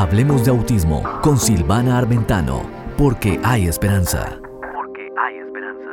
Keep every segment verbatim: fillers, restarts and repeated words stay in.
Hablemos de autismo con Silvana Armentano, porque hay esperanza. Porque hay esperanza.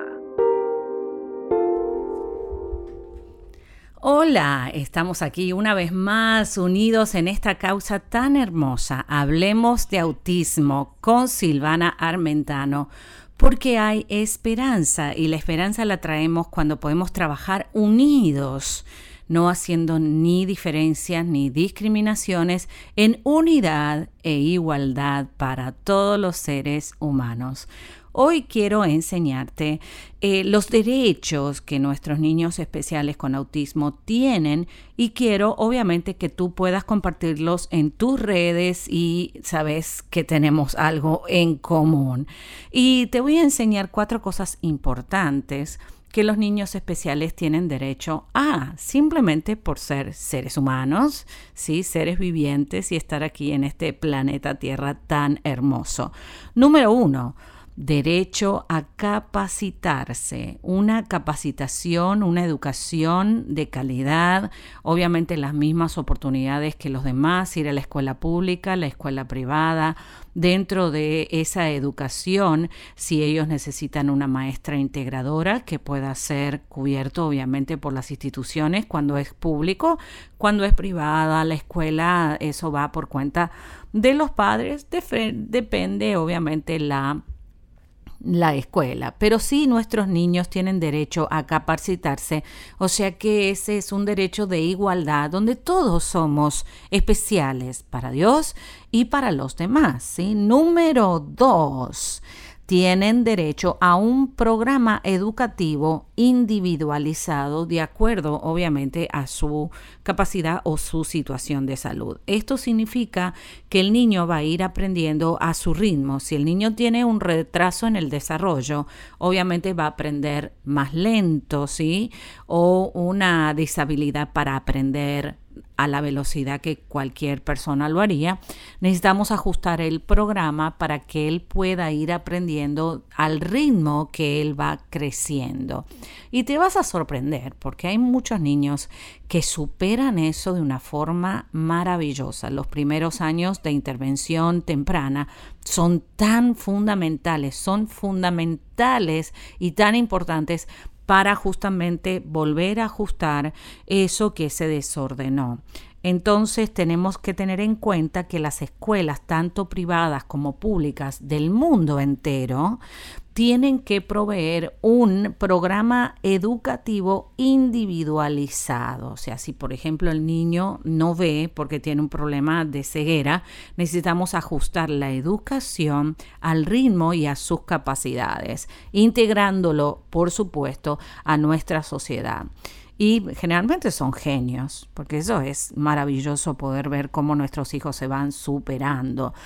Hola, estamos aquí una vez más unidos en esta causa tan hermosa. Hablemos de autismo con Silvana Armentano, porque hay esperanza y la esperanza la traemos cuando podemos trabajar unidos, no haciendo ni diferencias ni discriminaciones, en unidad e igualdad para todos los seres humanos. Hoy quiero enseñarte eh, los derechos que nuestros niños especiales con autismo tienen y quiero obviamente que tú puedas compartirlos en tus redes y sabes que tenemos algo en común. Y te voy a enseñar cuatro cosas importantes que los niños especiales tienen derecho a, simplemente por ser seres humanos, ¿sí? Seres vivientes y estar aquí en este planeta Tierra tan hermoso. Número uno, derecho a capacitarse, una capacitación, una educación de calidad, obviamente las mismas oportunidades que los demás, ir a la escuela pública, la escuela privada. Dentro de esa educación, si ellos necesitan una maestra integradora que pueda ser cubierto obviamente por las instituciones cuando es público, cuando es privada, la escuela, eso va por cuenta de los padres, Def- depende obviamente la la escuela, pero sí nuestros niños tienen derecho a capacitarse, o sea que ese es un derecho de igualdad donde todos somos especiales para Dios y para los demás, ¿sí? Número dos, tienen derecho a un programa educativo individualizado de acuerdo, obviamente, a su capacidad o su situación de salud. Esto significa que el niño va a ir aprendiendo a su ritmo. Si el niño tiene un retraso en el desarrollo, obviamente va a aprender más lento, ¿sí? O una disabilidad para aprender a la velocidad que cualquier persona lo haría. Necesitamos ajustar el programa para que él pueda ir aprendiendo al ritmo que él va creciendo. Y te vas a sorprender porque hay muchos niños que superan eso de una forma maravillosa. Los primeros años de intervención temprana son tan fundamentales, son fundamentales y tan importantes para justamente volver a ajustar eso que se desordenó. Entonces tenemos que tener en cuenta que las escuelas, tanto privadas como públicas del mundo entero, tienen que proveer un programa educativo individualizado. O sea, si por ejemplo el niño no ve porque tiene un problema de ceguera, necesitamos ajustar la educación al ritmo y a sus capacidades, integrándolo, por supuesto, a nuestra sociedad. Y generalmente son genios, porque eso es maravilloso poder ver cómo nuestros hijos se van superando.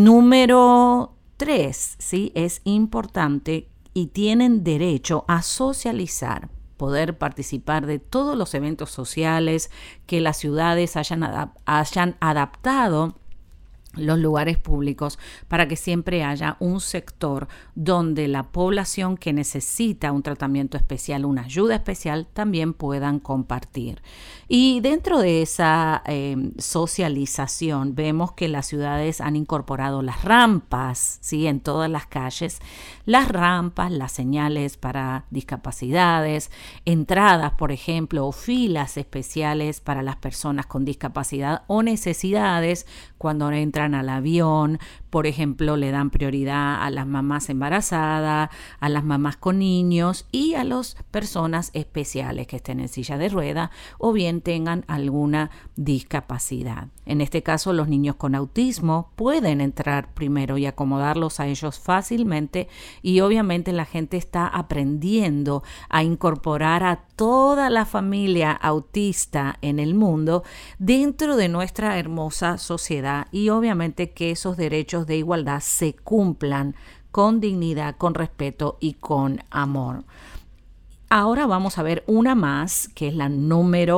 Número tres, ¿sí? Es importante y tienen derecho a socializar, poder participar de todos los eventos sociales que las ciudades hayan, adap- hayan adaptado los lugares públicos para que siempre haya un sector donde la población que necesita un tratamiento especial, una ayuda especial, también puedan compartir. Y dentro de esa eh, socialización vemos que las ciudades han incorporado las rampas, ¿sí? En todas las calles, las rampas, las señales para discapacidades, entradas, por ejemplo, o filas especiales para las personas con discapacidad o necesidades cuando entran al avión. Por ejemplo, le dan prioridad a las mamás embarazadas, a las mamás con niños y a las personas especiales que estén en silla de rueda o bien tengan alguna discapacidad. En este caso, los niños con autismo pueden entrar primero y acomodarlos a ellos fácilmente y obviamente la gente está aprendiendo a incorporar a toda la familia autista en el mundo dentro de nuestra hermosa sociedad y obviamente que esos derechos de igualdad se cumplan con dignidad, con respeto y con amor. Ahora vamos a ver una más, que es la número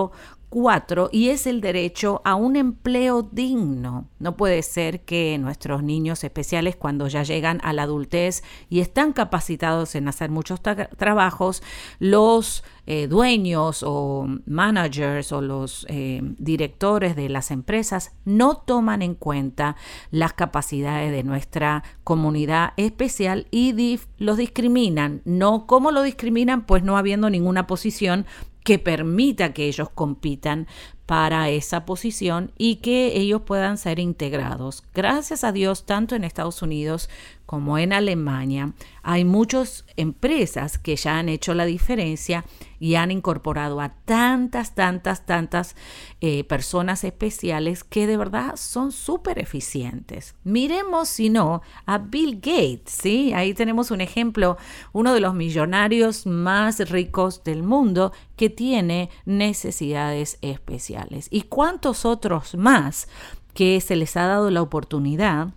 cuatro, y es el derecho a un empleo digno. No puede ser que nuestros niños especiales, cuando ya llegan a la adultez y están capacitados en hacer muchos tra- trabajos, los eh, dueños o managers o los eh, directores de las empresas no toman en cuenta las capacidades de nuestra comunidad especial y dif- los discriminan. No, ¿cómo lo discriminan? Pues no habiendo ninguna posición que permita que ellos compitan para esa posición y que ellos puedan ser integrados. Gracias a Dios, tanto en Estados Unidos como en Alemania, hay muchas empresas que ya han hecho la diferencia y han incorporado a tantas, tantas, tantas eh, personas especiales que de verdad son súper eficientes. Miremos, si no, a Bill Gates, ¿sí? Ahí tenemos un ejemplo, uno de los millonarios más ricos del mundo que tiene necesidades especiales. ¿Y cuántos otros más que se les ha dado la oportunidad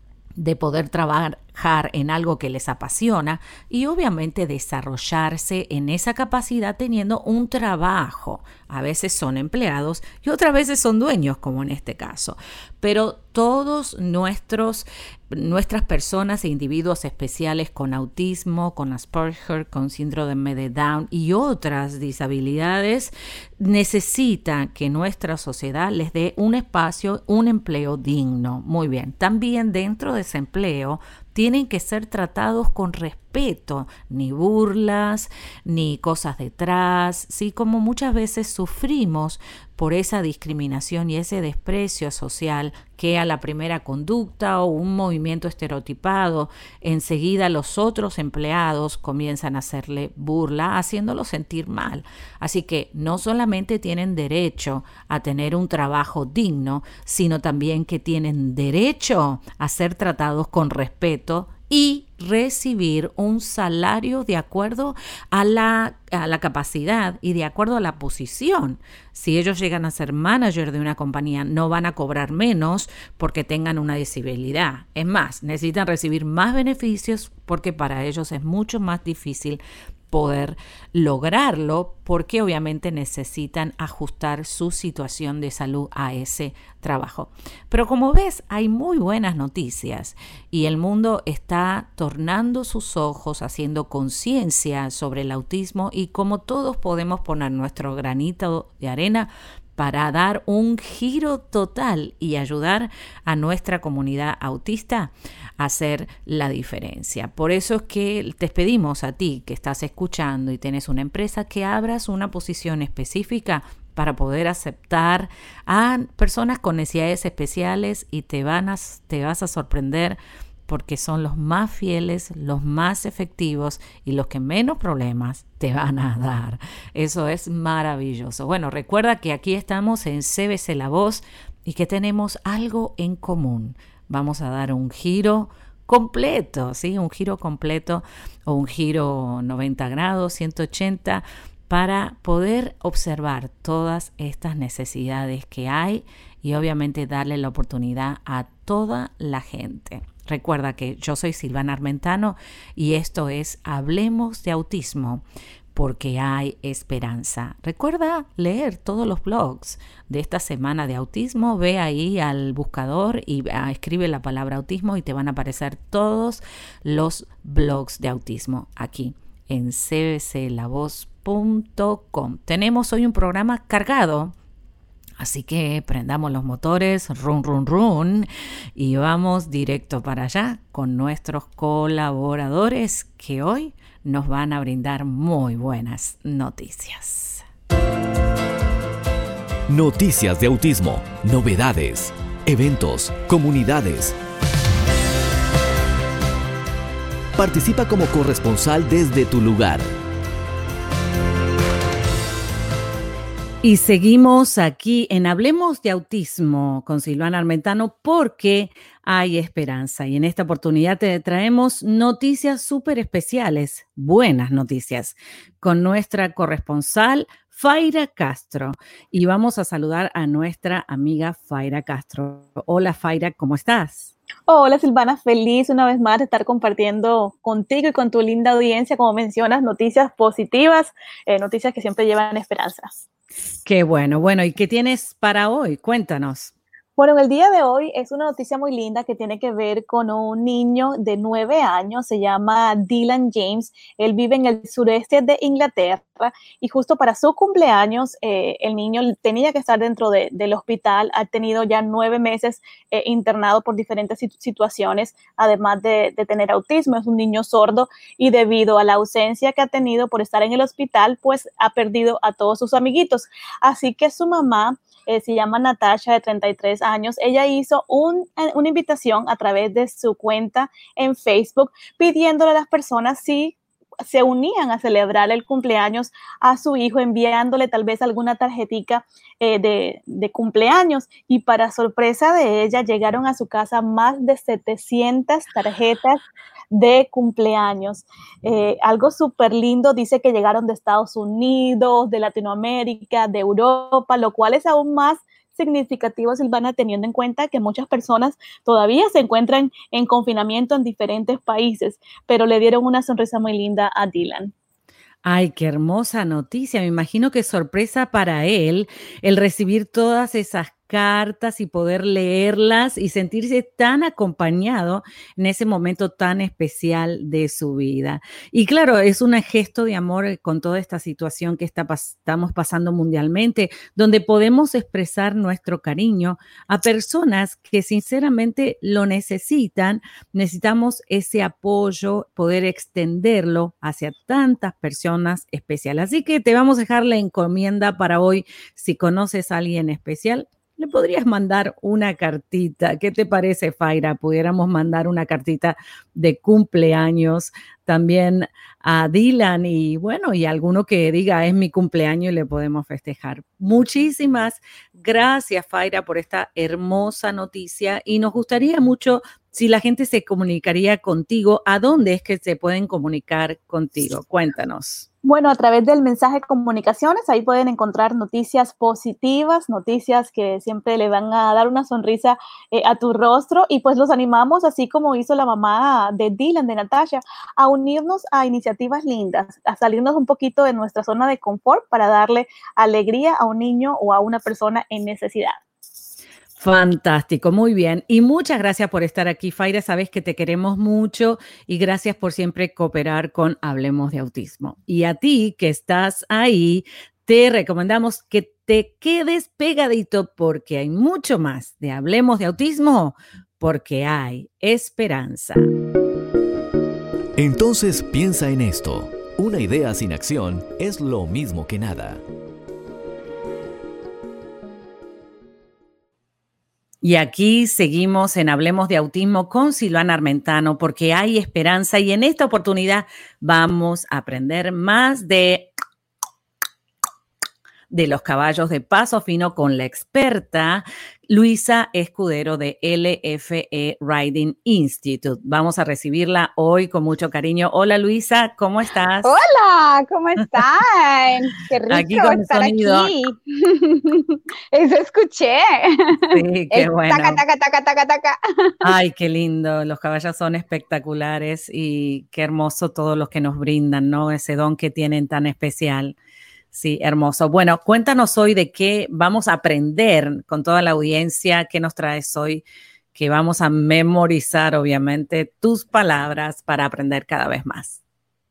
de poder trabajar en algo que les apasiona y obviamente desarrollarse en esa capacidad teniendo un trabajo? A veces son empleados y otras veces son dueños, como en este caso. Pero todos nuestros, nuestras personas e individuos especiales con autismo, con Asperger, con síndrome de Down y otras disabilidades necesitan que nuestra sociedad les dé un espacio, un empleo digno. Muy bien. También dentro de ese empleo tienen que ser tratados con respeto, ni burlas, ni cosas detrás, ¿sí? Como muchas veces sufrimos por esa discriminación y ese desprecio social que a la primera conducta o un movimiento estereotipado, enseguida los otros empleados comienzan a hacerle burla, haciéndolo sentir mal. Así que no solamente tienen derecho a tener un trabajo digno, sino también que tienen derecho a ser tratados con respeto y recibir un salario de acuerdo a la, a la capacidad y de acuerdo a la posición. Si ellos llegan a ser manager de una compañía, no van a cobrar menos porque tengan una disabilidad. Es más, necesitan recibir más beneficios porque para ellos es mucho más difícil poder lograrlo porque obviamente necesitan ajustar su situación de salud a ese trabajo. Pero como ves, hay muy buenas noticias y el mundo está tornando sus ojos, haciendo conciencia sobre el autismo y cómo todos podemos poner nuestro granito de arena para dar un giro total y ayudar a nuestra comunidad autista a hacer la diferencia. Por eso es que te pedimos a ti que estás escuchando y tienes una empresa que abras una posición específica para poder aceptar a personas con necesidades especiales y te, van a, te vas a sorprender porque son los más fieles, los más efectivos y los que menos problemas te van a dar. Eso es maravilloso. Bueno, recuerda que aquí estamos en C B C La Voz y que tenemos algo en común. Vamos a dar un giro completo, ¿sí? Un giro completo o un giro noventa grados, ciento ochenta, para poder observar todas estas necesidades que hay y obviamente darle la oportunidad a toda la gente. Recuerda que yo soy Silvana Armentano y esto es Hablemos de Autismo, porque hay esperanza. Recuerda leer todos los blogs de esta semana de autismo. Ve ahí al buscador y ah, escribe la palabra autismo y te van a aparecer todos los blogs de autismo aquí en c b c la voz punto com. Tenemos hoy un programa cargado. Así que prendamos los motores, run, run, run, y vamos directo para allá con nuestros colaboradores que hoy nos van a brindar muy buenas noticias. Noticias de autismo, novedades, eventos, comunidades. Participa como corresponsal desde tu lugar. Y seguimos aquí en Hablemos de Autismo con Silvana Armentano porque hay esperanza. Y en esta oportunidad te traemos noticias súper especiales, buenas noticias, con nuestra corresponsal Faira Castro. Y vamos a saludar a nuestra amiga Faira Castro. Hola Faira, ¿cómo estás? Hola Silvana, feliz una vez más de estar compartiendo contigo y con tu linda audiencia, como mencionas, noticias positivas, eh, noticias que siempre llevan esperanza. Qué bueno. Bueno, ¿y qué tienes para hoy? Cuéntanos. Bueno, en el día de hoy es una noticia muy linda que tiene que ver con un niño de nueve años, se llama Dylan James. Él vive en el sureste de Inglaterra y justo para su cumpleaños eh, el niño tenía que estar dentro de, del hospital. Ha tenido ya nueve meses eh, internado por diferentes situaciones, además de, de tener autismo. Es un niño sordo y debido a la ausencia que ha tenido por estar en el hospital, pues ha perdido a todos sus amiguitos. Así que su mamá Eh, se llama Natasha, de treinta y tres años. Ella hizo un, una invitación a través de su cuenta en Facebook pidiéndole a las personas si se unían a celebrar el cumpleaños a su hijo, enviándole tal vez alguna tarjetica eh, de, de cumpleaños. Y para sorpresa de ella, llegaron a su casa más de setecientas tarjetas de cumpleaños. Eh, algo súper lindo, dice que llegaron de Estados Unidos, de Latinoamérica, de Europa, lo cual es aún más significativo, Silvana, teniendo en cuenta que muchas personas todavía se encuentran en confinamiento en diferentes países, pero le dieron una sonrisa muy linda a Dylan. Ay, qué hermosa noticia. Me imagino que sorpresa para él el recibir todas esas cartas y poder leerlas y sentirse tan acompañado en ese momento tan especial de su vida. Y claro, es un gesto de amor con toda esta situación que está, estamos pasando mundialmente, donde podemos expresar nuestro cariño a personas que sinceramente lo necesitan. Necesitamos ese apoyo, poder extenderlo hacia tantas personas especiales. Así que te vamos a dejar la encomienda para hoy. Si conoces a alguien especial, le podrías mandar una cartita. ¿Qué te parece, Faira? Pudiéramos mandar una cartita de cumpleaños también a Dylan y bueno, y alguno que diga es mi cumpleaños y le podemos festejar. Muchísimas gracias, Faira, por esta hermosa noticia y nos gustaría mucho si la gente se comunicaría contigo. ¿A dónde es que se pueden comunicar contigo? Cuéntanos. Bueno, a través del mensaje comunicaciones, ahí pueden encontrar noticias positivas, noticias que siempre le van a dar una sonrisa eh, a tu rostro y pues los animamos, así como hizo la mamá de Dylan, de Natasha, a unirnos a iniciativas lindas, a salirnos un poquito de nuestra zona de confort para darle alegría a un niño o a una persona en necesidad. Fantástico, muy bien. Y muchas gracias por estar aquí, Faira. Sabes que te queremos mucho y gracias por siempre cooperar con Hablemos de Autismo. Y a ti que estás ahí, te recomendamos que te quedes pegadito porque hay mucho más de Hablemos de Autismo, porque hay esperanza. Entonces piensa en esto. Una idea sin acción es lo mismo que nada. Y aquí seguimos en Hablemos de Autismo con Silvana Armentano porque hay esperanza y en esta oportunidad vamos a aprender más de, de los caballos de paso fino con la experta Luisa Escudero de L F E Riding Institute. Vamos a recibirla hoy con mucho cariño. Hola Luisa, ¿cómo estás? Hola, ¿cómo están? Qué rico aquí con estar sonido. aquí. Eso escuché. Sí, qué El bueno. taca, taca, taca, taca, taca. Ay, qué lindo. Los caballos son espectaculares y qué hermoso todos los que nos brindan, ¿no? Ese don que tienen tan especial. Sí, hermoso. Bueno, cuéntanos hoy de qué vamos a aprender con toda la audiencia. ¿Qué nos traes hoy? Que vamos a memorizar, obviamente, tus palabras para aprender cada vez más.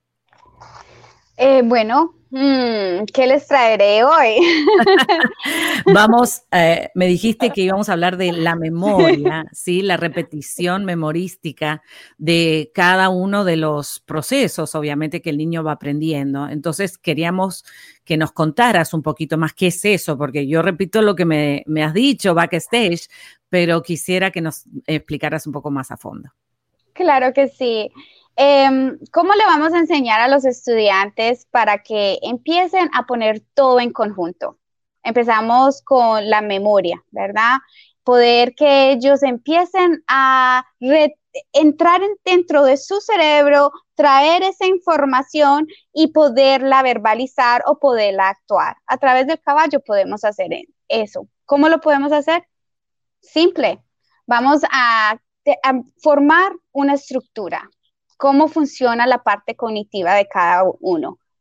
Eh, bueno, hmm, ¿qué les traeré hoy? Vamos, eh, me dijiste que íbamos a hablar de la memoria, ¿sí? La repetición memorística de cada uno de los procesos, obviamente, que el niño va aprendiendo. Entonces, queríamos que nos contaras un poquito más qué es eso, porque yo repito lo que me, me has dicho backstage, pero quisiera que nos explicaras un poco más a fondo. Claro que sí. Eh, ¿Cómo le vamos a enseñar a los estudiantes para que empiecen a poner todo en conjunto? Empezamos con la memoria, ¿verdad? Poder que ellos empiecen a entrar en, dentro de su cerebro, traer esa información y poderla verbalizar o poderla actuar. A través del caballo podemos hacer eso. ¿Cómo lo podemos hacer? Simple. Vamos a, a formar una estructura. Cómo funciona la parte cognitiva de cada uno.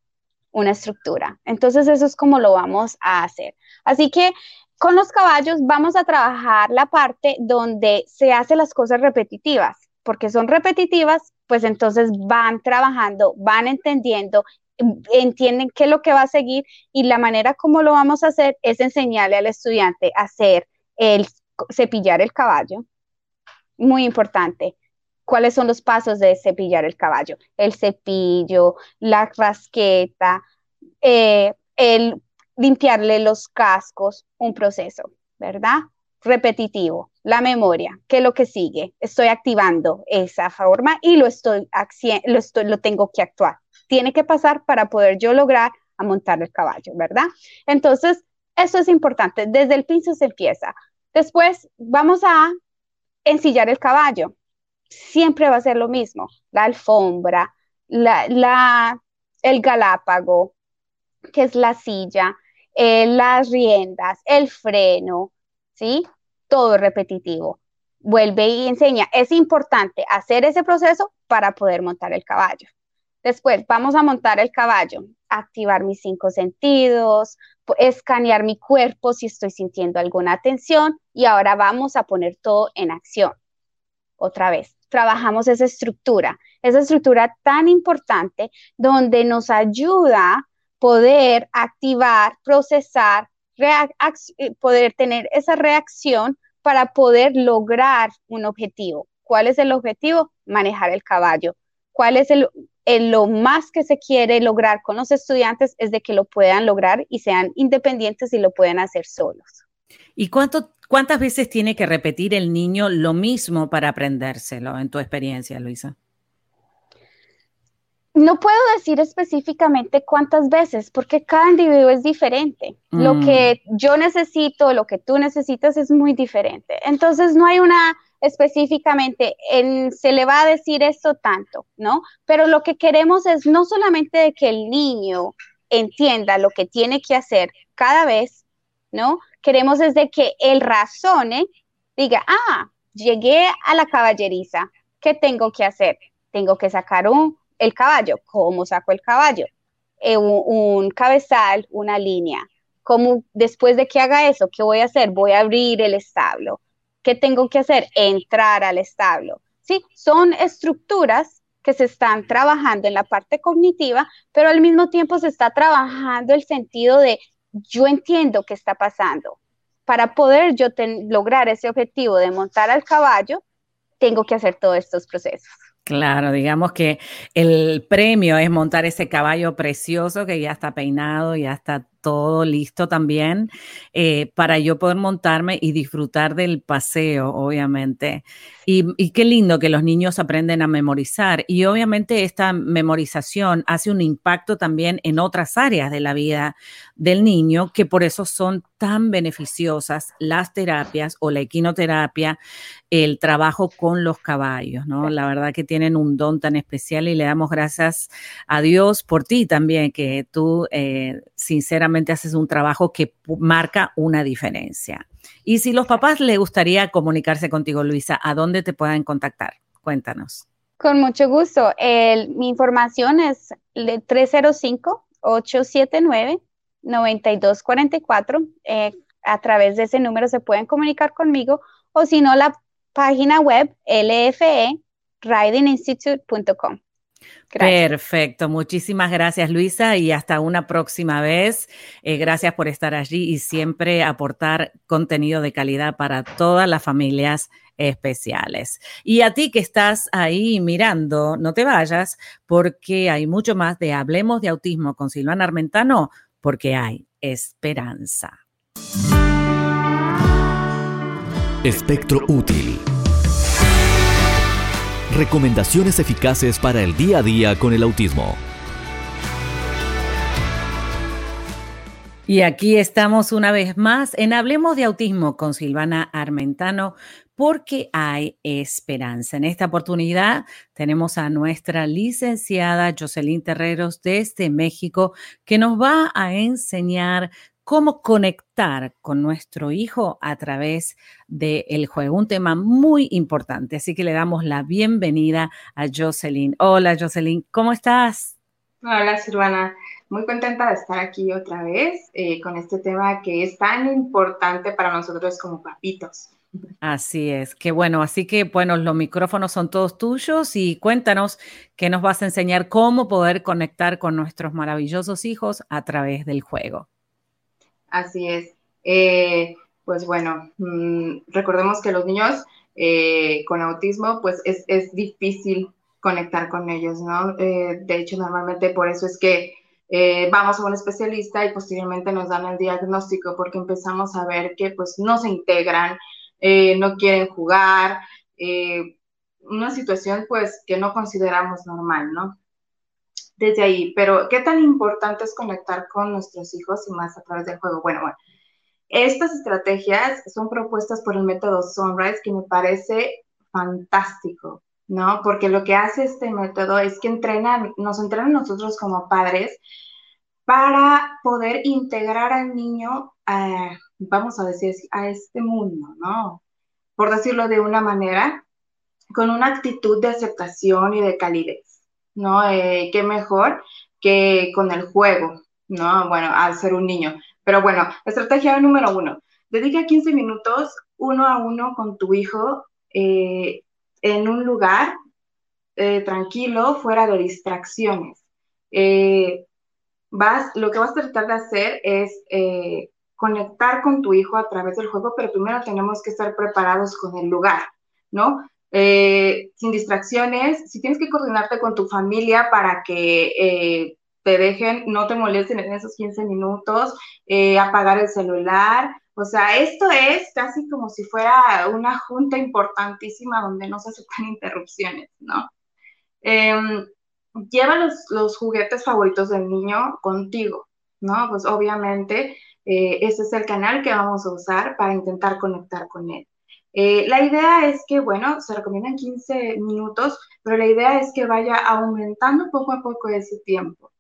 una estructura. Entonces eso es como lo vamos a hacer. Así que con los caballos vamos a trabajar la parte donde se hacen las cosas repetitivas, porque son repetitivas, pues entonces van trabajando, van entendiendo, entienden qué es lo que va a seguir, y la manera como lo vamos a hacer es enseñarle al estudiante a hacer el cepillar el caballo. Muy importante. ¿Cuáles son los pasos de cepillar el caballo? El cepillo, la rasqueta, eh, el limpiarle los cascos, un proceso, ¿verdad? Repetitivo, la memoria, ¿qué es lo que sigue? Estoy activando esa forma y lo, estoy, lo, estoy, lo tengo que actuar. Tiene que pasar para poder yo lograr a montar el caballo, ¿verdad? Entonces, eso es importante. Desde el piso se empieza. Después vamos a ensillar el caballo. Siempre va a ser lo mismo. La alfombra, la, la, el galápago, que es la silla, eh, las riendas, el freno, ¿sí? Todo repetitivo. Vuelve y enseña. Es importante hacer ese proceso para poder montar el caballo. Después vamos a montar el caballo, activar mis cinco sentidos, escanear mi cuerpo si estoy sintiendo alguna tensión, y ahora vamos a poner todo en acción. Otra vez, trabajamos esa estructura, esa estructura tan importante donde nos ayuda a poder activar, procesar, poder tener esa reacción para poder lograr un objetivo. ¿Cuál es el objetivo? Manejar el caballo. ¿Cuál es el, el, lo más que se quiere lograr con los estudiantes? Es de que lo puedan lograr y sean independientes y lo puedan hacer solos. ¿Y cuánto, cuántas veces tiene que repetir el niño lo mismo para aprendérselo, en tu experiencia, Luisa? No puedo decir específicamente cuántas veces, porque cada individuo es diferente. Mm. Lo que yo necesito, lo que tú necesitas es muy diferente. Entonces no hay una específicamente, en, se le va a decir esto tanto, ¿no? Pero lo que queremos es no solamente de que el niño entienda lo que tiene que hacer cada vez, ¿no? Queremos es de que él razone, diga, ah, llegué a la caballeriza, ¿qué tengo que hacer? Tengo que sacar un, el caballo. ¿Cómo saco el caballo? Eh, un, un cabezal, una línea. ¿Cómo, después de que haga eso, qué voy a hacer? Voy a abrir el establo. ¿Qué tengo que hacer? Entrar al establo. Sí, son estructuras que se están trabajando en la parte cognitiva, pero al mismo tiempo se está trabajando el sentido de yo entiendo qué está pasando. Para poder yo ten, lograr ese objetivo de montar al caballo, tengo que hacer todos estos procesos. Claro, digamos que el premio es montar ese caballo precioso que ya está peinado, ya está todo listo también, eh, para yo poder montarme y disfrutar del paseo, obviamente. Y, y qué lindo que los niños aprenden a memorizar. Y obviamente esta memorización hace un impacto también en otras áreas de la vida del niño, que por eso son tan beneficiosas las terapias o la equinoterapia, el trabajo con los caballos, ¿no? La verdad que tienen un don tan especial y le damos gracias a Dios por ti también, que tú eh, sinceramente haces un trabajo que marca una diferencia. Y si los papás les gustaría comunicarse contigo, Luisa, ¿a dónde te pueden contactar? Cuéntanos. Con mucho gusto. El, mi información es tres cero cinco, ocho siete nueve, nueve dos cuatro cuatro. Eh, a través de ese número se pueden comunicar conmigo, o si no, la página web l f e riding institute punto com. Gracias. Perfecto, muchísimas gracias, Luisa, y hasta una próxima vez. Eh, gracias por estar allí y siempre aportar contenido de calidad para todas las familias especiales. Y a ti que estás ahí mirando, no te vayas, porque hay mucho más de Hablemos de Autismo con Silvana Armentano, porque hay esperanza. Espectro útil. Recomendaciones eficaces para el día a día con el autismo. Y aquí estamos una vez más en Hablemos de Autismo con Silvana Armentano, porque hay esperanza. En esta oportunidad tenemos a nuestra licenciada Jocelyn Terreros desde México, que nos va a enseñar cómo conectar con nuestro hijo a través del juego, un tema muy importante. Así que le damos la bienvenida a Jocelyn. Hola, Jocelyn, ¿cómo estás? Hola, Silvana. muy contenta de estar aquí otra vez eh, con este tema que es tan importante para nosotros como papitos. Así es, qué bueno. Así que, bueno, los micrófonos son todos tuyos y cuéntanos qué nos vas a enseñar cómo poder conectar con nuestros maravillosos hijos a través del juego. Así es. Eh, pues bueno, mmm, recordemos que los niños eh, con autismo, pues es, es difícil conectar con ellos, ¿no? Eh, de hecho, normalmente por eso es que eh, vamos a un especialista y posteriormente nos dan el diagnóstico, porque empezamos a ver que pues no se integran, eh, no quieren jugar, eh, una situación pues que no consideramos normal, ¿no? Desde ahí, pero ¿qué tan importante es conectar con nuestros hijos y más a través del juego? Bueno, bueno, estas estrategias son propuestas por el método Sunrise, que me parece fantástico, ¿no? Porque lo que hace este método es que entrenan, nos entrenan nosotros como padres para poder integrar al niño, a, vamos a decir, a este mundo, ¿no? Por decirlo de una manera, con una actitud de aceptación y de calidez, ¿no? Eh, qué mejor que con el juego, ¿no? Bueno, al ser un niño. Pero bueno, estrategia número uno, dedica quince minutos uno a uno con tu hijo eh, en un lugar eh, tranquilo, fuera de distracciones. Eh, vas, lo que vas a tratar de hacer es eh, conectar con tu hijo a través del juego, pero primero tenemos que estar preparados con el lugar, ¿no? Eh, sin distracciones, si tienes que coordinarte con tu familia para que eh, te dejen, no te molesten en esos quince minutos, eh, apagar el celular, o sea, esto es casi como si fuera una junta importantísima donde no se aceptan interrupciones, ¿no? Eh, lleva los, los, juguetes favoritos del niño contigo, ¿no? Pues obviamente eh, ese es el canal que vamos a usar para intentar conectar con él. Eh, la idea es que, bueno, se recomiendan quince minutos, pero la idea es que vaya aumentando poco a poco ese tiempo.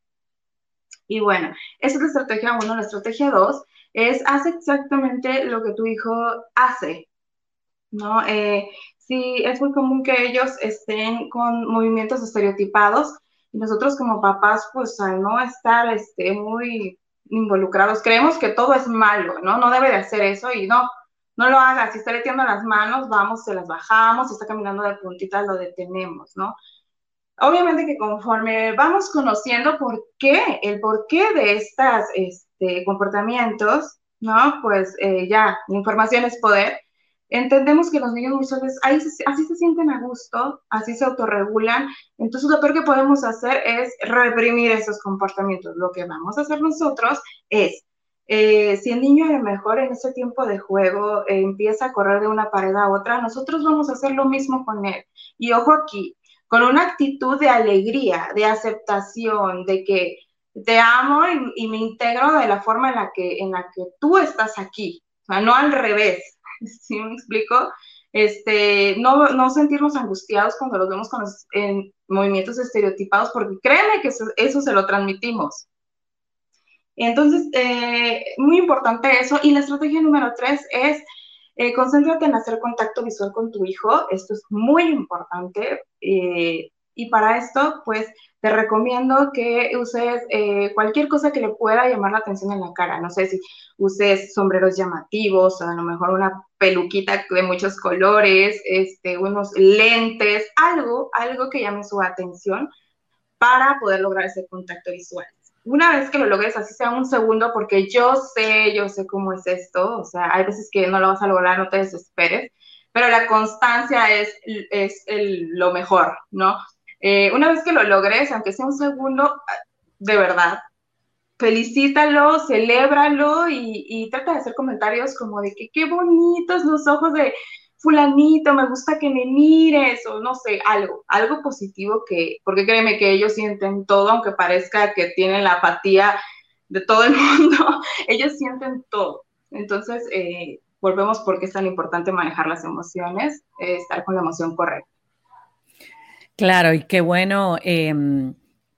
Y bueno, esa es la estrategia uno. La estrategia dos es haz exactamente lo que tu hijo hace, ¿no? Eh, sí, es muy común que ellos estén con movimientos estereotipados y nosotros como papás, pues al no estar este, muy involucrados, creemos que todo es malo, ¿no? No debe de hacer eso y no, no lo haga. Si está metiendo las manos, vamos, se las bajamos, si está caminando de puntitas, lo detenemos, ¿no? Obviamente que conforme vamos conociendo por qué, el porqué de estos este, comportamientos, ¿no? Pues eh, ya, la información es poder. Entendemos que los niños muchas veces ahí se, así se sienten a gusto, así se autorregulan. Entonces lo peor que podemos hacer es reprimir esos comportamientos. Lo que vamos a hacer nosotros es, eh, si el niño a lo mejor en ese tiempo de juego eh, empieza a correr de una pared a otra, nosotros vamos a hacer lo mismo con él. Y ojo aquí, con una actitud de alegría, de aceptación, de que te amo y, y me integro de la forma en la que, en la que tú estás aquí, o sea, no al revés. ¿Sí me explico? Este, no, no sentirnos angustiados cuando los vemos con los, en movimientos estereotipados, porque créeme que eso, eso se lo transmitimos. Entonces, eh, muy importante eso. Y la estrategia número tres es eh, concéntrate en hacer contacto visual con tu hijo. Esto es muy importante. Eh, y para esto, pues, te recomiendo que uses eh, cualquier cosa que le pueda llamar la atención en la cara. No sé si uses sombreros llamativos, a lo mejor una peluquita de muchos colores, este, unos lentes, algo, algo que llame su atención para poder lograr ese contacto visual. Una vez que lo logres, así sea un segundo, porque yo sé, yo sé cómo es esto, o sea, hay veces que no lo vas a lograr, no te desesperes, pero la constancia es, es el, lo mejor, ¿no? Eh, una vez que lo logres, aunque sea un segundo, de verdad, felicítalo, celébralo y, y trata de hacer comentarios como de que qué bonitos los ojos de fulanito, me gusta que me mires, o no sé, algo, algo positivo que, porque créeme que ellos sienten todo, aunque parezca que tienen la apatía de todo el mundo, ellos sienten todo. Entonces, eh, volvemos porque es tan importante manejar las emociones, eh, estar con la emoción correcta. Claro, y qué bueno eh,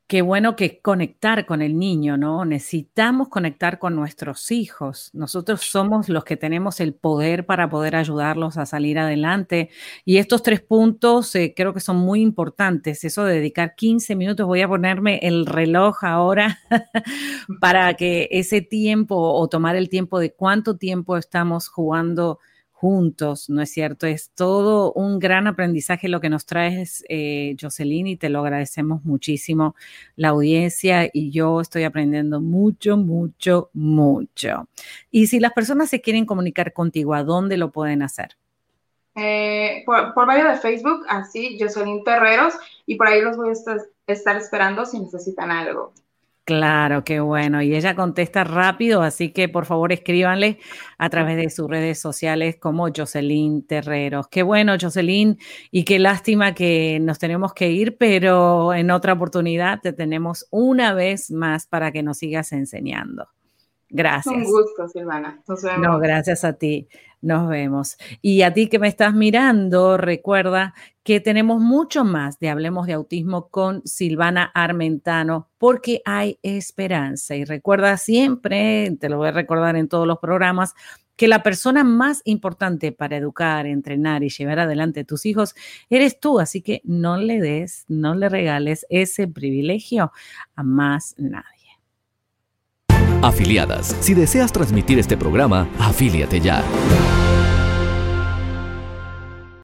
Qué bueno que conectar con el niño, ¿no? Necesitamos conectar con nuestros hijos. Nosotros somos los que tenemos el poder para poder ayudarlos a salir adelante. Y estos tres puntos eh, creo que son muy importantes. Eso de dedicar quince minutos, voy a ponerme el reloj ahora para que ese tiempo o tomar el tiempo de cuánto tiempo estamos jugando juntos, ¿no es cierto? Es todo un gran aprendizaje lo que nos traes, eh, Jocelyn, y te lo agradecemos muchísimo, la audiencia, y yo estoy aprendiendo mucho, mucho, mucho. Y si las personas se quieren comunicar contigo, ¿a dónde lo pueden hacer? Eh, por, por medio de Facebook, así, Jocelyn Terreros, y por ahí los voy a estar, estar esperando si necesitan algo. Claro, qué bueno. Y ella contesta rápido, así que por favor escríbanle a través de sus redes sociales como Jocelyn Terreros. Qué bueno, Jocelyn, y qué lástima que nos tenemos que ir, pero en otra oportunidad te tenemos una vez más para que nos sigas enseñando. Gracias. Un gusto, Silvana. Nos vemos. No, gracias a ti. Nos vemos. Y a ti que me estás mirando, recuerda que tenemos mucho más de Hablemos de Autismo con Silvana Armentano, porque hay esperanza. Y recuerda siempre, te lo voy a recordar en todos los programas, que la persona más importante para educar, entrenar y llevar adelante a tus hijos eres tú. Así que no le des, no le regales ese privilegio a más nadie. Afiliadas. Si deseas transmitir este programa, afíliate ya.